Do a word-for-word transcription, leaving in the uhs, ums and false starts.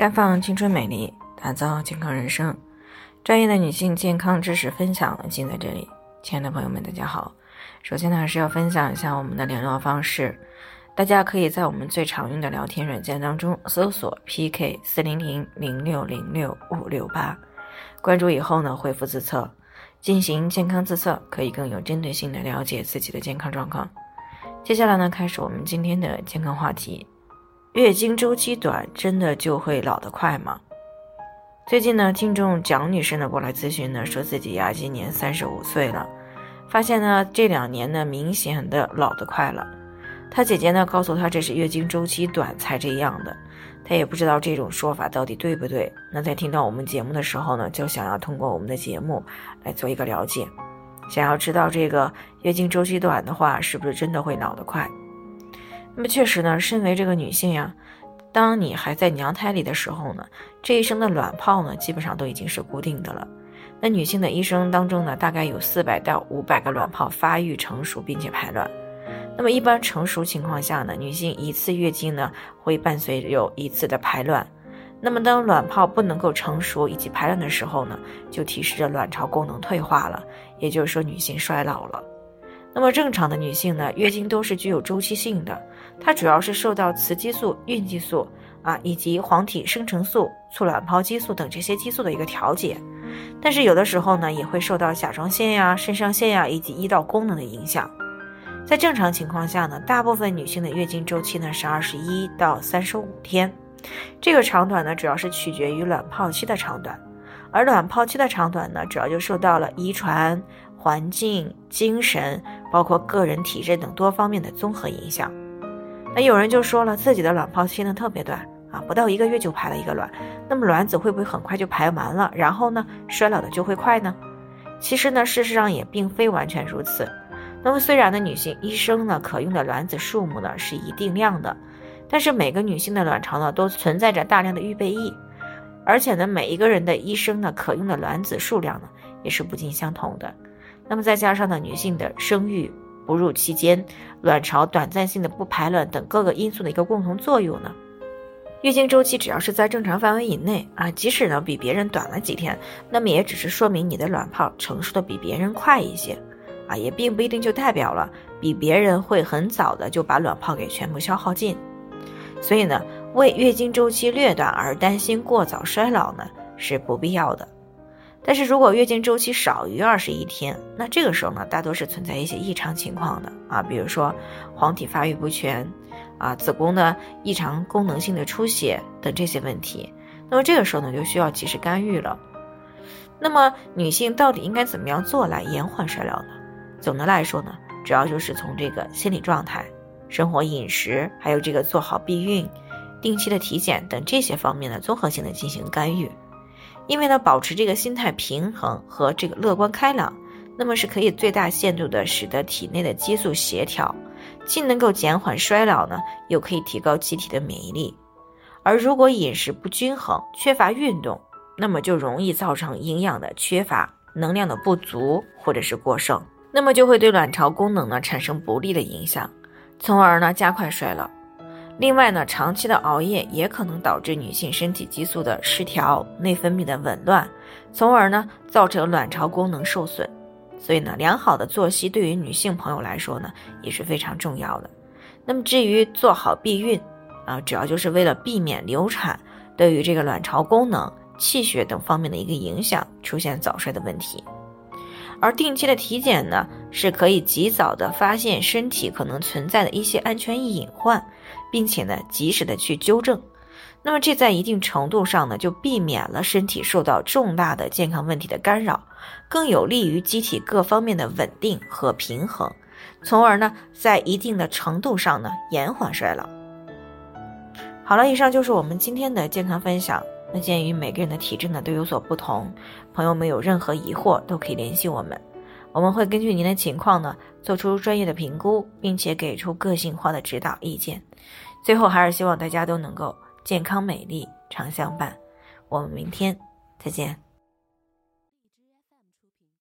绽放青春美丽，打造健康人生。专业的女性健康知识分享尽在这里。亲爱的朋友们，大家好。首先呢，还是要分享一下我们的联络方式。大家可以在我们最常用的聊天软件当中搜索 P K 四零零零六零六五六八，关注以后呢，回复自测，进行健康自测，可以更有针对性的了解自己的健康状况。接下来呢，开始我们今天的健康话题。月经周期短，真的就会老得快吗？最近呢，听众蒋女士呢过来咨询呢，说自己呀今年三十五岁了，发现呢这两年呢明显的老得快了。她姐姐呢告诉她这是月经周期短才这样的，她也不知道这种说法到底对不对。那在听到我们节目的时候呢，就想要通过我们的节目来做一个了解，想要知道这个月经周期短的话，是不是真的会老得快？那么确实呢，身为这个女性呀，当你还在娘胎里的时候呢，这一生的卵泡呢基本上都已经是固定的了。那女性的一生当中呢，大概有四百到五百个卵泡发育成熟并且排卵。那么一般成熟情况下呢，女性一次月经呢会伴随有一次的排卵。那么当卵泡不能够成熟以及排卵的时候呢，就提示着卵巢功能退化了，也就是说女性衰老了。那么正常的女性呢，月经都是具有周期性的，它主要是受到雌激素、孕激素啊，以及黄体生成素、促卵泡激素等这些激素的一个调节。但是有的时候呢，也会受到甲状腺呀、肾上腺呀以及胰岛功能的影响。在正常情况下呢，大部分女性的月经周期呢是二十一到三十五天，这个长短呢主要是取决于卵泡期的长短，而卵泡期的长短呢，主要就受到了遗传、环境、精神，包括个人体质等多方面的综合影响。那有人就说了，自己的卵泡期呢特别短啊，不到一个月就排了一个卵，那么卵子会不会很快就排完了，然后呢衰老的就会快呢？其实呢，事实上也并非完全如此。那么虽然呢，女性一生呢可用的卵子数目呢是一定量的，但是每个女性的卵巢呢都存在着大量的预备役，而且呢每一个人的一生呢可用的卵子数量呢也是不尽相同的。那么再加上呢女性的生育、哺乳期间卵巢短暂性的不排卵等各个因素的一个共同作用呢，月经周期只要是在正常范围以内啊，即使呢比别人短了几天，那么也只是说明你的卵泡成熟的比别人快一些啊，也并不一定就代表了比别人会很早的就把卵泡给全部消耗尽。所以呢，为月经周期略短而担心过早衰老呢是不必要的。但是如果月经周期少于二十一天，那这个时候呢，大多是存在一些异常情况的啊，比如说黄体发育不全啊，子宫的异常功能性的出血等这些问题。那么这个时候呢，就需要及时干预了。那么女性到底应该怎么样做来延缓衰老呢？总的来说呢，主要就是从这个心理状态、生活饮食，还有这个做好避孕、定期的体检等这些方面的综合性的进行干预。因为呢，保持这个心态平衡和这个乐观开朗，那么是可以最大限度的使得体内的激素协调，既能够减缓衰老呢，又可以提高机体的免疫力。而如果饮食不均衡、缺乏运动，那么就容易造成营养的缺乏、能量的不足或者是过剩，那么就会对卵巢功能呢产生不利的影响，从而呢加快衰老。另外呢，长期的熬夜也可能导致女性身体激素的失调、内分泌的紊乱，从而呢造成卵巢功能受损。所以呢，良好的作息对于女性朋友来说呢也是非常重要的。那么至于做好避孕啊，主要就是为了避免流产对于这个卵巢功能、气血等方面的一个影响，出现早衰的问题。而定期的体检呢，是可以及早的发现身体可能存在的一些安全隐患，并且呢及时的去纠正。那么这在一定程度上呢，就避免了身体受到重大的健康问题的干扰，更有利于机体各方面的稳定和平衡，从而呢在一定的程度上呢延缓衰老。好了，以上就是我们今天的健康分享。那鉴于每个人的体质呢都有所不同，朋友们有任何疑惑都可以联系我们，我们会根据您的情况呢做出专业的评估，并且给出个性化的指导意见。最后还是希望大家都能够健康美丽常相伴。我们明天再见。